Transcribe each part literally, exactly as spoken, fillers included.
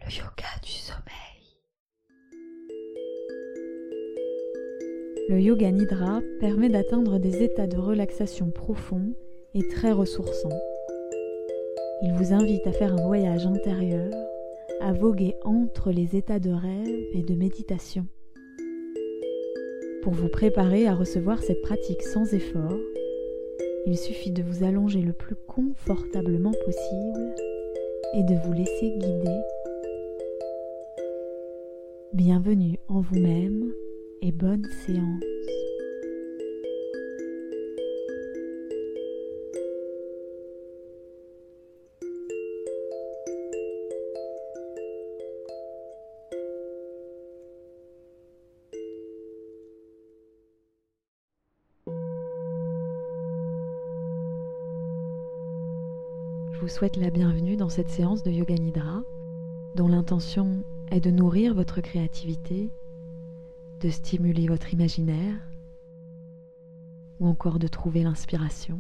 le yoga du sommeil. Le yoga nidra permet d'atteindre des états de relaxation profonds et très ressourçants. Il vous invite à faire un voyage intérieur, à voguer entre les états de rêve et de méditation. Pour vous préparer à recevoir cette pratique sans effort, il suffit de vous allonger le plus confortablement possible et de vous laisser guider. Bienvenue en vous-même et bonne séance. Je vous souhaite la bienvenue dans cette séance de Yoga Nidra, dont l'intention est de nourrir votre créativité, de stimuler votre imaginaire ou encore de trouver l'inspiration.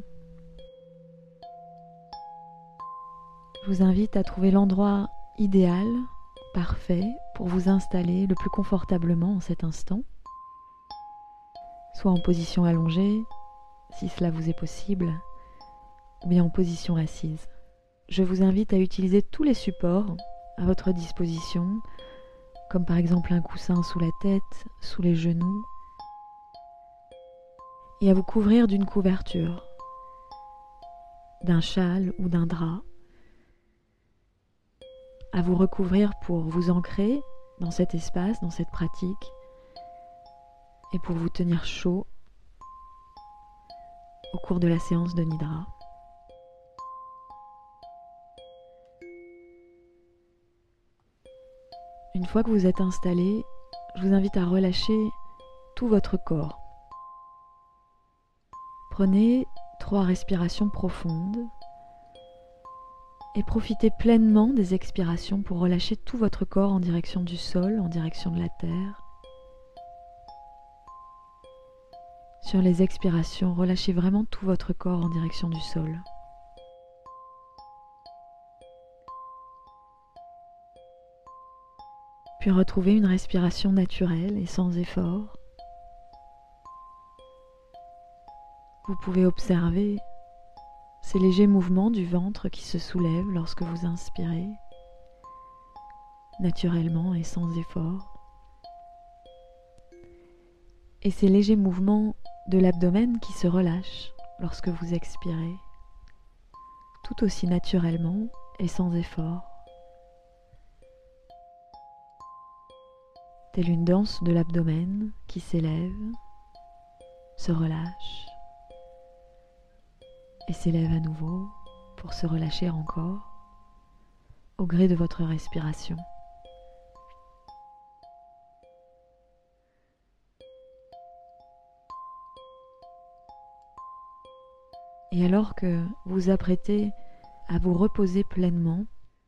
Je vous invite à trouver l'endroit idéal, parfait, pour vous installer le plus confortablement en cet instant, soit en position allongée, si cela vous est possible, ou bien en position assise. Je vous invite à utiliser tous les supports à votre disposition, comme par exemple un coussin sous la tête, sous les genoux, et à vous couvrir d'une couverture, d'un châle ou d'un drap, à vous recouvrir pour vous ancrer dans cet espace, dans cette pratique, et pour vous tenir chaud au cours de la séance de Nidra. Une fois que vous êtes installé, je vous invite à relâcher tout votre corps. Prenez trois respirations profondes et profitez pleinement des expirations pour relâcher tout votre corps en direction du sol, en direction de la terre. Sur les expirations, relâchez vraiment tout votre corps en direction du sol. Puis retrouvez une respiration naturelle et sans effort. Vous pouvez observer ces légers mouvements du ventre qui se soulèvent lorsque vous inspirez, naturellement et sans effort. Et ces légers mouvements de l'abdomen qui se relâchent lorsque vous expirez, tout aussi naturellement et sans effort. Telle une danse de l'abdomen qui s'élève, se relâche et s'élève à nouveau pour se relâcher encore au gré de votre respiration. Et alors que vous vous apprêtez à vous reposer pleinement,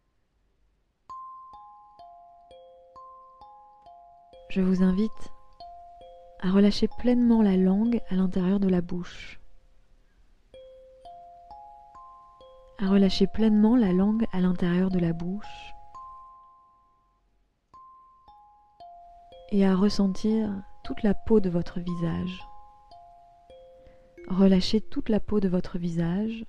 je vous invite à relâcher pleinement la langue à l'intérieur de la bouche. À relâcher pleinement la langue à l'intérieur de la bouche et à ressentir toute la peau de votre visage. Relâchez toute la peau de votre visage.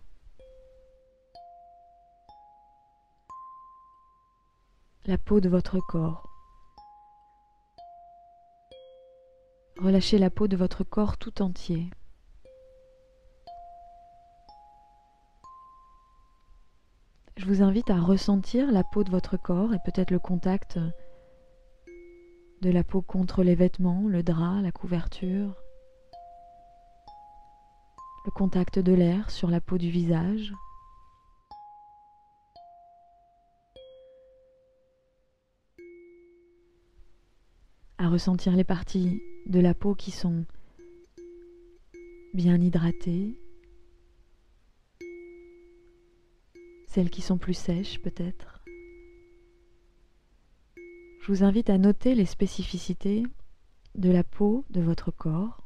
La peau de votre corps. Relâchez la peau de votre corps tout entier. Je vous invite à ressentir la peau de votre corps et peut-être le contact de la peau contre les vêtements, le drap, la couverture, le contact de l'air sur la peau du visage. À ressentir les parties de la peau qui sont bien hydratées, celles qui sont plus sèches peut-être. Je vous invite à noter les spécificités de la peau de votre corps,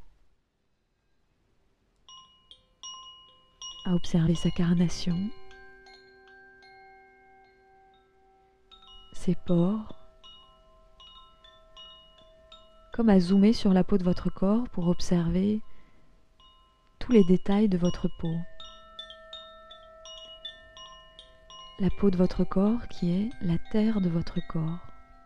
à observer sa carnation, ses pores, comme à zoomer sur la peau de votre corps pour observer tous les détails de votre peau. La peau de votre corps qui est la terre de votre corps.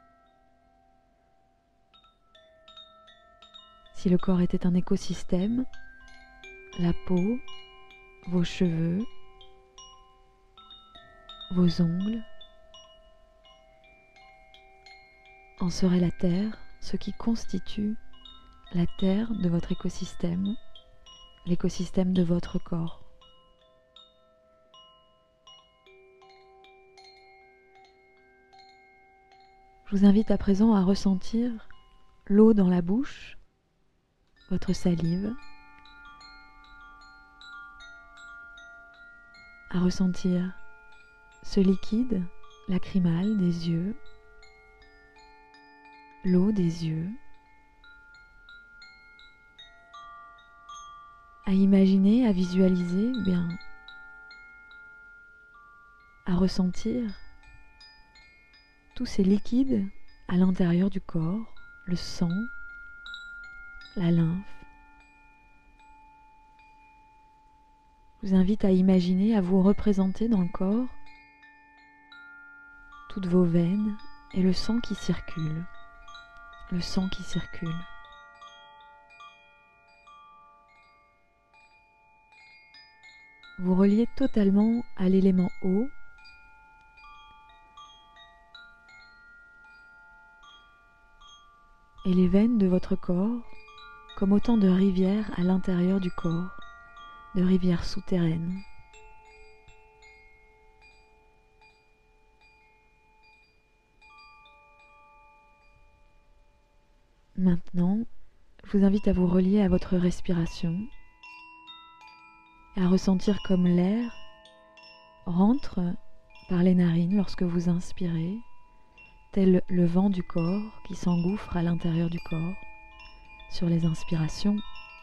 Si le corps était un écosystème, la peau, vos cheveux, vos ongles en seraient la terre, ce qui constitue la terre de votre écosystème, l'écosystème de votre corps. Je vous invite à présent à ressentir l'eau dans la bouche, votre salive, à ressentir ce liquide lacrymal des yeux, l'eau des yeux, à imaginer, à visualiser, ou bien à ressentir tous ces liquides à l'intérieur du corps, le sang, la lymphe. Je vous invite à imaginer, à vous représenter dans le corps toutes vos veines et le sang qui circule, le sang qui circule. Vous reliez totalement à l'élément eau, et les veines de votre corps comme autant de rivières à l'intérieur du corps, de rivières souterraines. Maintenant, je vous invite à vous relier à votre respiration et à ressentir comme l'air rentre par les narines lorsque vous inspirez, tel le vent du corps qui s'engouffre à l'intérieur du corps sur les inspirations,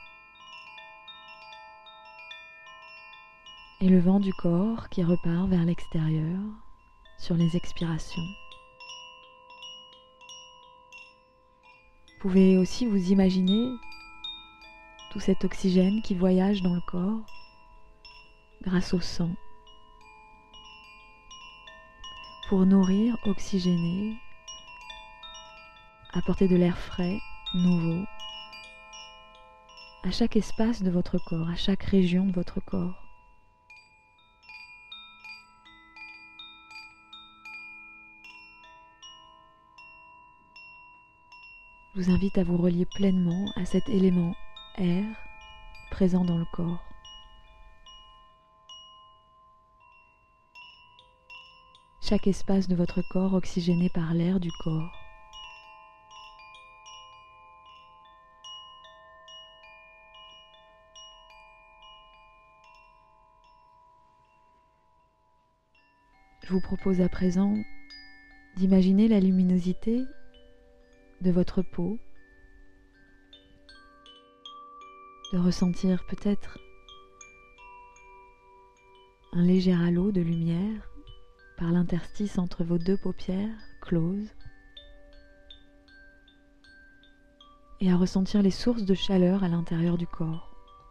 et le vent du corps qui repart vers l'extérieur sur les expirations. Vous pouvez aussi vous imaginer tout cet oxygène qui voyage dans le corps grâce au sang pour nourrir, oxygéner, apporter de l'air frais, nouveau, à chaque espace de votre corps, à chaque région de votre corps. Je vous invite à vous relier pleinement à cet élément air présent dans le corps. Chaque espace de votre corps oxygéné par l'air du corps. Je vous propose à présent d'imaginer la luminosité de votre peau, de ressentir peut-être un léger halo de lumière par l'interstice entre vos deux paupières closes, et à ressentir les sources de chaleur à l'intérieur du corps,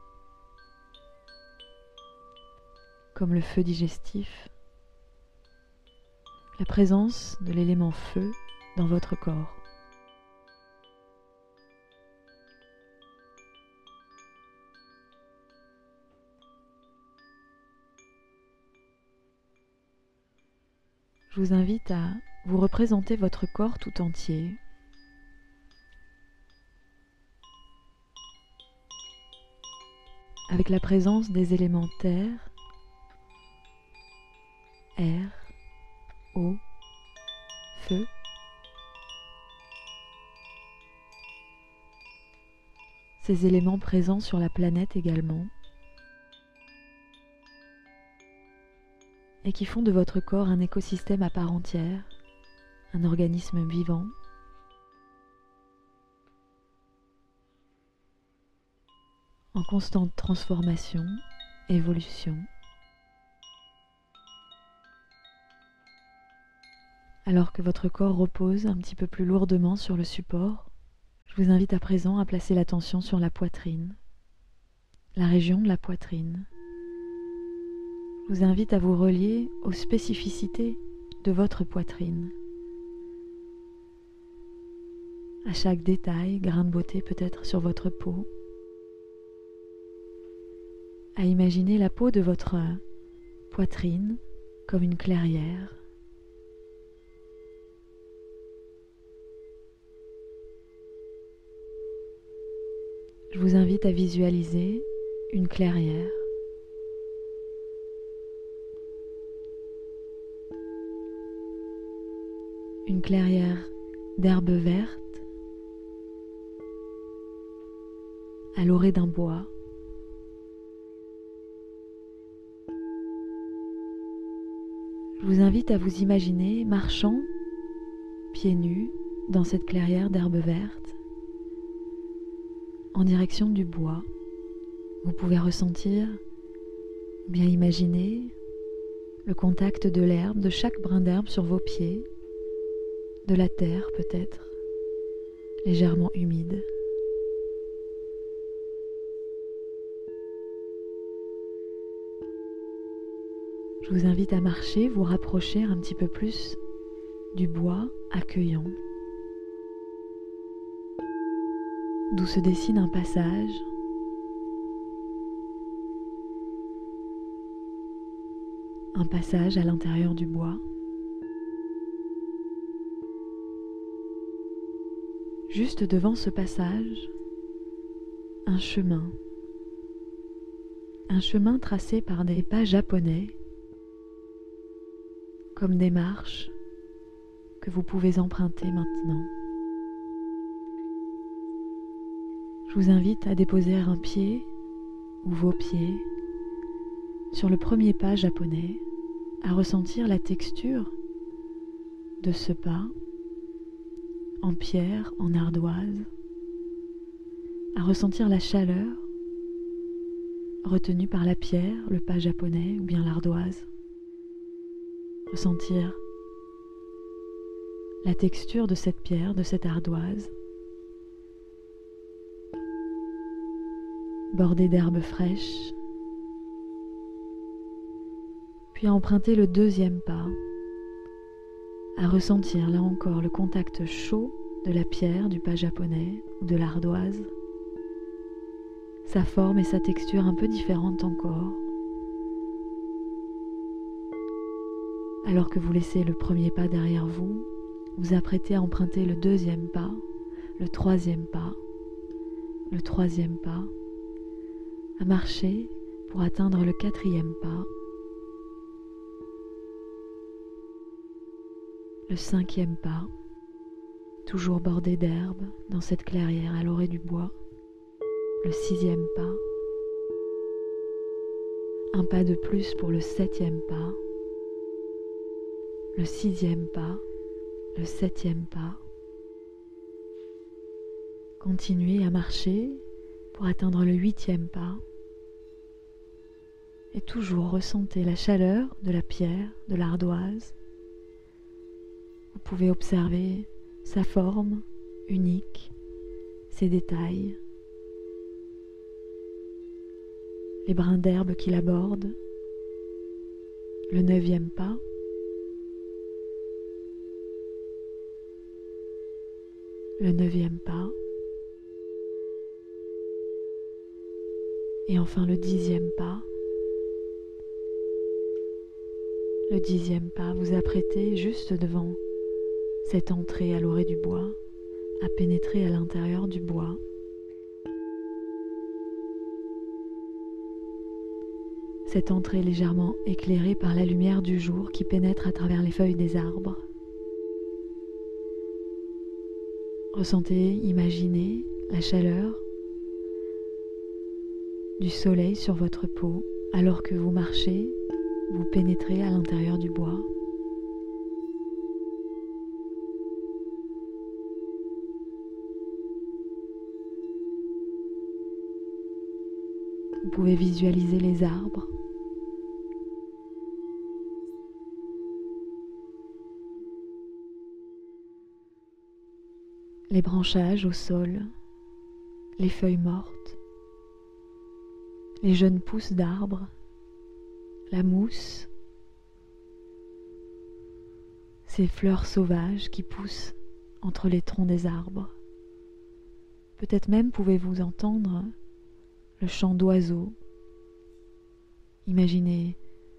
comme le feu digestif, la présence de l'élément feu dans votre corps. Je vous invite à vous représenter votre corps tout entier, avec la présence des éléments terre, air, eau, feu, ces éléments présents sur la planète également, et qui font de votre corps un écosystème à part entière, un organisme vivant, en constante transformation, évolution, Alors que votre corps repose un petit peu plus lourdement sur le support, je vous invite à présent à placer l'attention sur la poitrine, la région de la poitrine. Je vous invite à vous relier aux spécificités de votre poitrine. À chaque détail, grain de beauté peut-être sur votre peau. À imaginer la peau de votre poitrine comme une clairière. Je vous invite à visualiser une clairière. Une clairière d'herbes vertes à l'orée d'un bois. Je vous invite à vous imaginer marchant pieds nus dans cette clairière d'herbes vertes en direction du bois. Vous pouvez ressentir, bien imaginer, le contact de l'herbe, de chaque brin d'herbe sur vos pieds, de la terre peut-être, légèrement humide. Je vous invite à marcher, vous rapprocher un petit peu plus du bois accueillant, d'où se dessine un passage. Un passage à l'intérieur du bois. Juste devant ce passage, un chemin. Un chemin tracé par des pas japonais, comme des marches que vous pouvez emprunter maintenant. Je vous invite à déposer un pied ou vos pieds sur le premier pas japonais, à ressentir la texture de ce pas en pierre, en ardoise, à ressentir la chaleur retenue par la pierre, le pas japonais ou bien l'ardoise, ressentir la texture de cette pierre, de cette ardoise, bordée d'herbes fraîches, puis à emprunter le deuxième pas, à ressentir là encore le contact chaud de la pierre, du pas japonais ou de l'ardoise, sa forme et sa texture un peu différentes encore, alors que vous laissez le premier pas derrière vous, vous apprêtez à emprunter le deuxième pas, le troisième pas, le troisième pas, à marcher pour atteindre le quatrième pas, le cinquième pas, toujours bordé d'herbe dans cette clairière à l'orée du bois, le sixième pas, un pas de plus pour le septième pas, le sixième pas, le septième pas. Continuez à marcher pour atteindre le huitième pas et toujours ressentez la chaleur de la pierre, de l'ardoise. Vous pouvez observer sa forme unique, ses détails, les brins d'herbe qui l'abordent, le neuvième pas, le neuvième pas, et enfin le dixième pas. Le dixième pas, vous apprêtez juste devant cette entrée à l'orée du bois, à pénétrer à l'intérieur du bois. Cette entrée légèrement éclairée par la lumière du jour qui pénètre à travers les feuilles des arbres. Ressentez, imaginez la chaleur du soleil sur votre peau alors que vous marchez, vous pénétrez à l'intérieur du bois. Vous pouvez visualiser les arbres. les branchages au sol, les feuilles mortes, les jeunes pousses d'arbres, la mousse, ces fleurs sauvages qui poussent entre les troncs des arbres. Peut-être même pouvez-vous entendre le chant d'oiseaux. Imaginez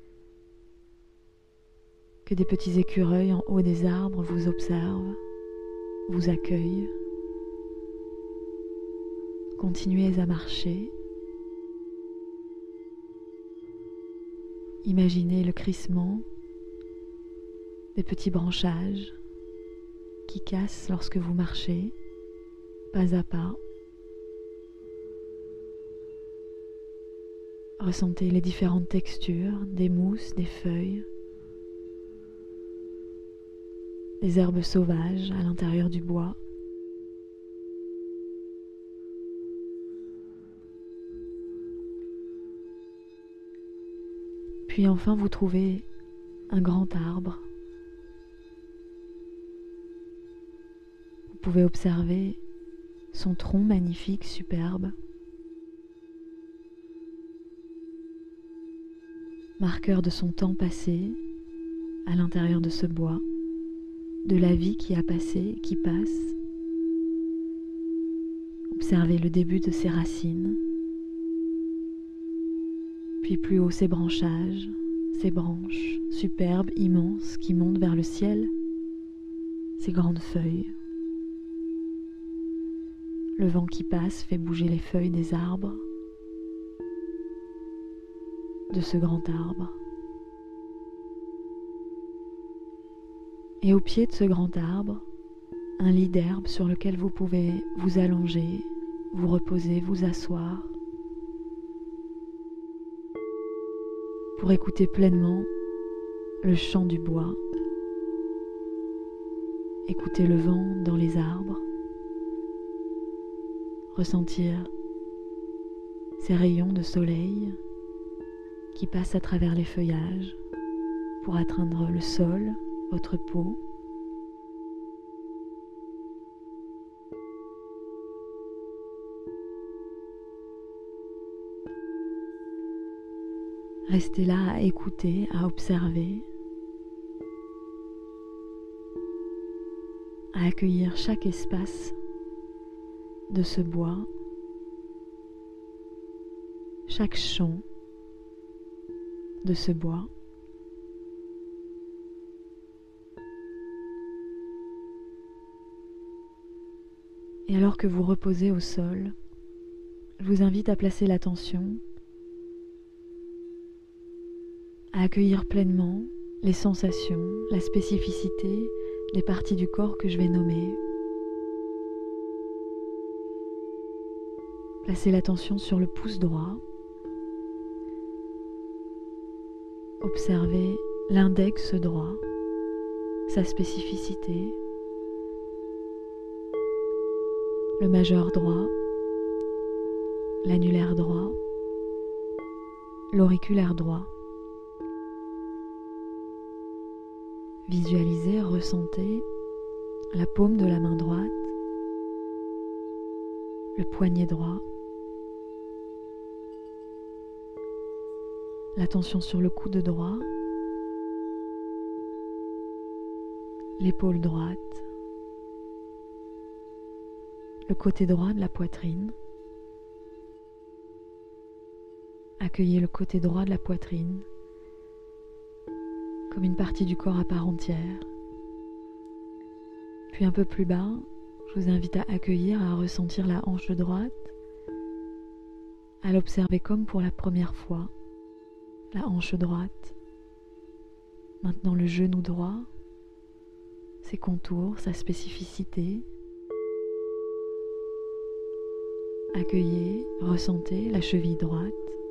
que des petits écureuils en haut des arbres vous observent, vous accueillent. Continuez à marcher. Imaginez le crissement des petits branchages qui cassent lorsque vous marchez, pas à pas. Ressentez les différentes textures des mousses, des feuilles, des herbes sauvages à l'intérieur du bois. Puis enfin vous trouvez un grand arbre. Vous pouvez observer son tronc magnifique, superbe, marqueur de son temps passé à l'intérieur de ce bois, de la vie qui a passé, qui passe. Observez le début de ses racines, puis plus haut ses branchages, ses branches superbes, immenses, qui montent vers le ciel, ses grandes feuilles. Le vent qui passe fait bouger les feuilles des arbres, de ce grand arbre. Et au pied de ce grand arbre, un lit d'herbe sur lequel vous pouvez vous allonger, vous reposer, vous asseoir, pour écouter pleinement le chant du bois, écouter le vent dans les arbres, ressentir ces rayons de soleil qui passent à travers les feuillages pour atteindre le sol, votre peau. Restez là à écouter, à observer, à accueillir chaque espace de ce bois, chaque champ de ce bois. Et alors que vous reposez au sol, je vous invite à placer l'attention, à accueillir pleinement les sensations, la spécificité des parties du corps que je vais nommer. Placez l'attention sur le pouce droit. Observez l'index droit, sa spécificité, le majeur droit, l'annulaire droit, l'auriculaire droit. Visualisez, ressentez la paume de la main droite, le poignet droit, l'attention sur le coude droit, l'épaule droite, le côté droit de la poitrine. Accueillez le côté droit de la poitrine comme une partie du corps à part entière. Puis un peu plus bas, je vous invite à accueillir, à ressentir la hanche droite, à l'observer comme pour la première fois, la hanche droite. Maintenant le genou droit, ses contours, sa spécificité. Accueillez, ressentez la cheville droite.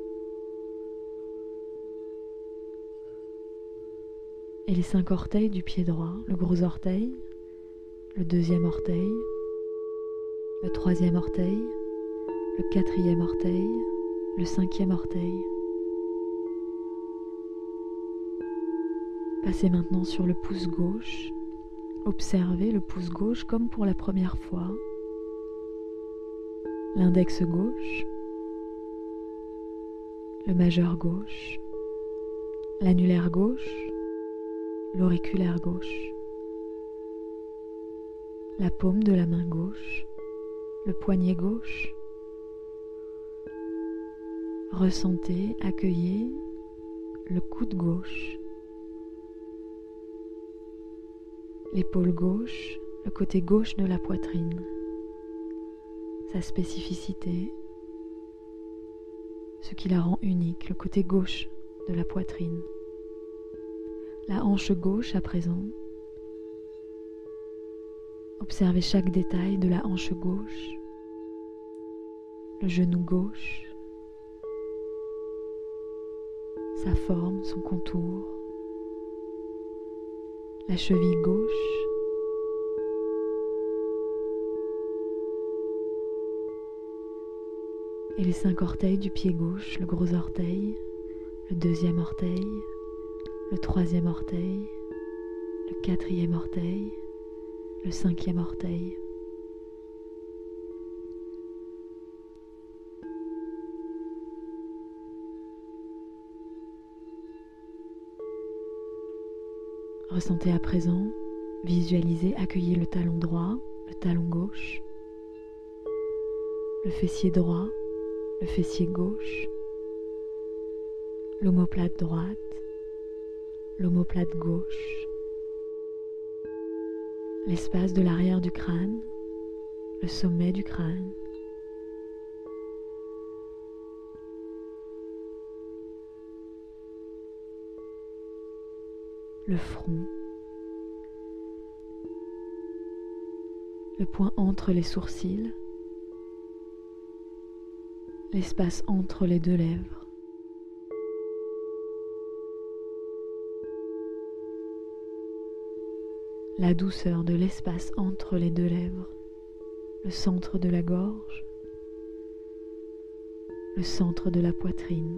Et les cinq orteils du pied droit, le gros orteil, le deuxième orteil, le troisième orteil, le quatrième orteil, le cinquième orteil. Passez maintenant sur le pouce gauche, Observez le pouce gauche comme pour la première fois, l'index gauche, le majeur gauche, l'annulaire gauche, l'auriculaire gauche, la paume de la main gauche, le poignet gauche. Ressentez, accueillez le coude gauche, l'épaule gauche, le côté gauche de la poitrine, sa spécificité, ce qui la rend unique, le côté gauche de la poitrine. La hanche gauche à présent. Observez chaque détail de la hanche gauche, le genou gauche, sa forme, son contour, la cheville gauche, et les cinq orteils du pied gauche, le gros orteil, le deuxième orteil, le troisième orteil, le quatrième orteil, le cinquième orteil. Ressentez à présent, visualisez, accueillez le talon droit, le talon gauche, le fessier droit, le fessier gauche, l'omoplate droite, l'omoplate gauche, l'espace de l'arrière du crâne, le sommet du crâne, le front, le point entre les sourcils, l'espace entre les deux lèvres, la douceur de l'espace entre les deux lèvres, le centre de la gorge, le centre de la poitrine,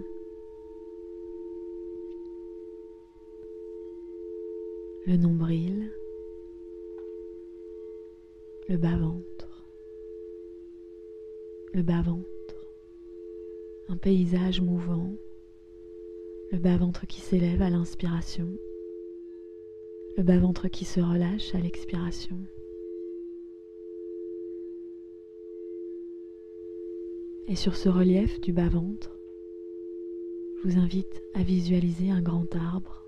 le nombril, le bas-ventre, le bas-ventre, un paysage mouvant, le bas-ventre qui s'élève à l'inspiration, le bas-ventre qui se relâche à l'expiration. Et sur ce relief du bas-ventre, je vous invite à visualiser un grand arbre,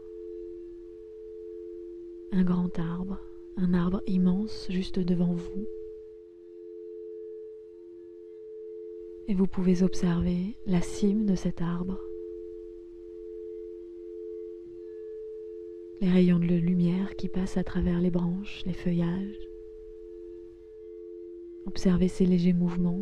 un grand arbre, un arbre immense juste devant vous. Et vous pouvez observer la cime de cet arbre, les rayons de lumière qui passent à travers les branches, les feuillages. Observez ces légers mouvements,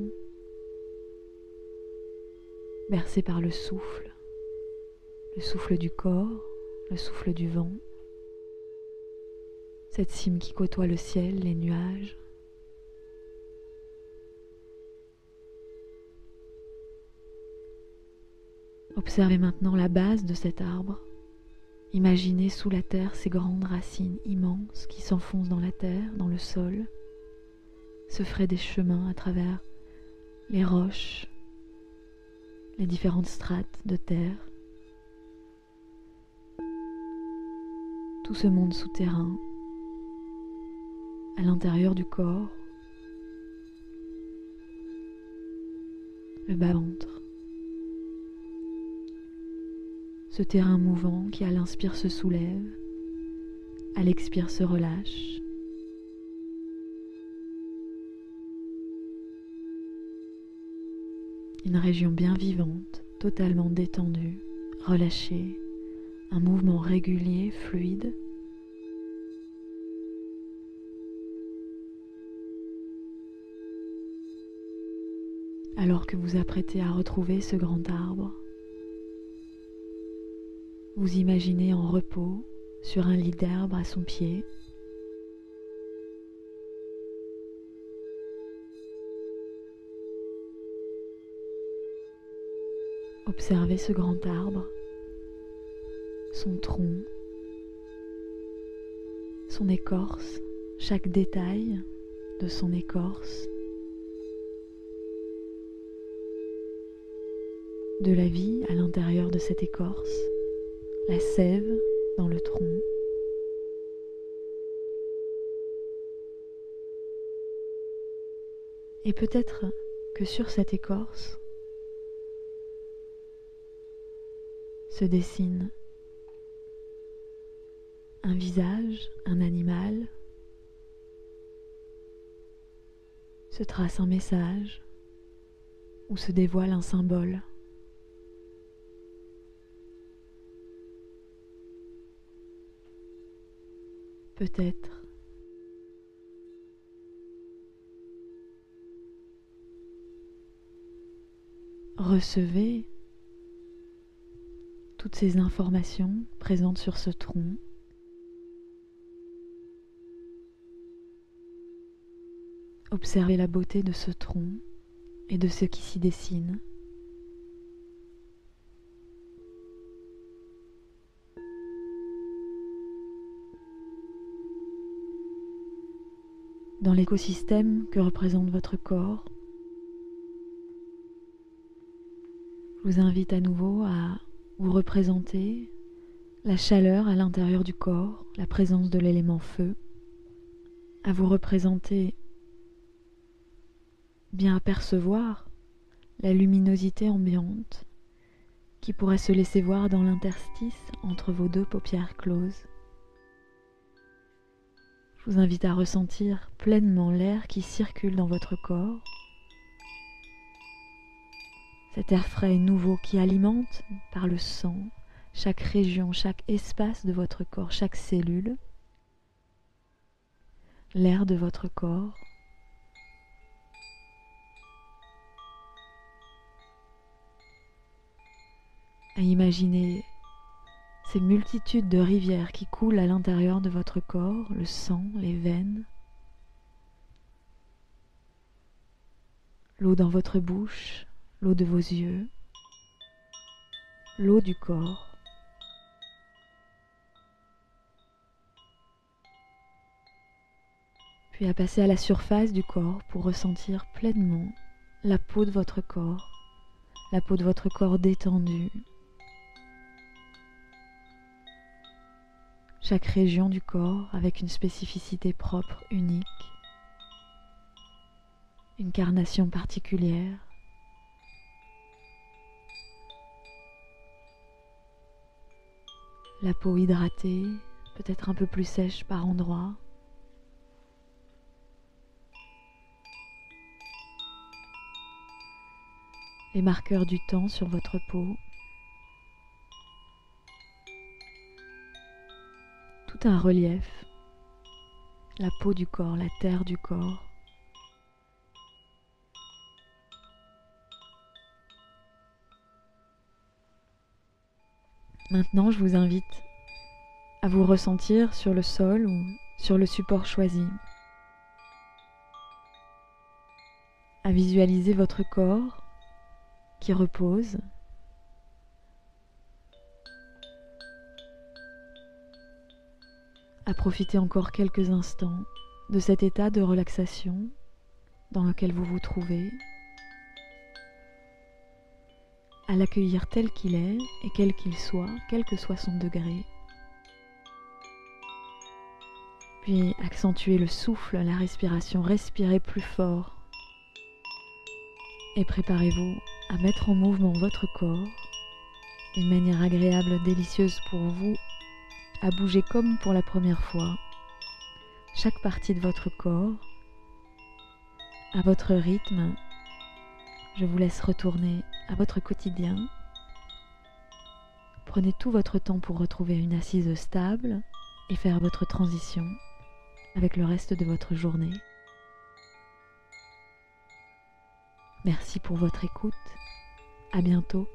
bercés par le souffle, le souffle du corps, le souffle du vent. Cette cime qui côtoie le ciel, les nuages. Observez maintenant la base de cet arbre. Imaginez sous la terre ces grandes racines immenses qui s'enfoncent dans la terre, dans le sol, se feraient des chemins à travers les roches, les différentes strates de terre. Tout ce monde souterrain, à l'intérieur du corps, le bas-ventre. Ce terrain mouvant qui à l'inspire se soulève, à l'expire se relâche. Une région bien vivante, totalement détendue, relâchée, un mouvement régulier, fluide. Alors que vous apprêtez à retrouver ce grand arbre, vous imaginez en repos sur un lit d'herbe à son pied. Observez ce grand arbre, son tronc, son écorce, chaque détail de son écorce, de la vie à l'intérieur de cette écorce, la sève dans le tronc. Et peut-être que sur cette écorce se dessine un visage, un animal, se trace un message ou se dévoile un symbole. Peut-être recevez toutes ces informations présentes sur ce tronc. Observez la beauté de ce tronc et de ce qui s'y dessine. Dans l'écosystème que représente votre corps, je vous invite à nouveau à vous représenter la chaleur à l'intérieur du corps, la présence de l'élément feu, à vous représenter, bien apercevoir la luminosité ambiante qui pourrait se laisser voir dans l'interstice entre vos deux paupières closes. Je vous invite à ressentir pleinement l'air qui circule dans votre corps, cet air frais et nouveau qui alimente par le sang chaque région, chaque espace de votre corps, chaque cellule, l'air de votre corps. À imaginer ces multitudes de rivières qui coulent à l'intérieur de votre corps, le sang, les veines, l'eau dans votre bouche, l'eau de vos yeux, l'eau du corps. Puis à passer à la surface du corps pour ressentir pleinement la peau de votre corps, la peau de votre corps détendue. Chaque région du corps avec une spécificité propre, unique, une carnation particulière. La peau hydratée, peut-être un peu plus sèche par endroits. Les marqueurs du temps sur votre peau. Tout un relief, la peau du corps, la terre du corps. Maintenant, je vous invite à vous ressentir sur le sol ou sur le support choisi, à visualiser votre corps qui repose, à profiter encore quelques instants de cet état de relaxation dans lequel vous vous trouvez, à l'accueillir tel qu'il est et quel qu'il soit, quel que soit son degré. Puis accentuez le souffle, la respiration, respirez plus fort et préparez-vous à mettre en mouvement votre corps d'une manière agréable, délicieuse pour vous, à bouger comme pour la première fois, chaque partie de votre corps, à votre rythme. Je vous laisse retourner à votre quotidien. Prenez tout votre temps pour retrouver une assise stable et faire votre transition avec le reste de votre journée. Merci pour votre écoute. À bientôt.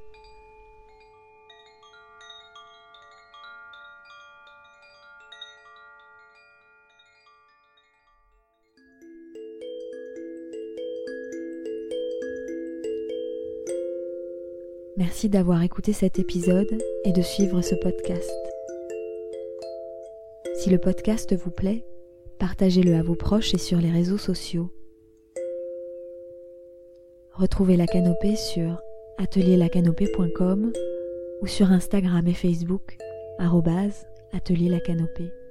Merci d'avoir écouté cet épisode et de suivre ce podcast. Si le podcast vous plaît, Partagez-le à vos proches et sur les réseaux sociaux. Retrouvez La Canopée sur atelier la canopée point com ou sur Instagram et Facebook arobase atelier la canopée.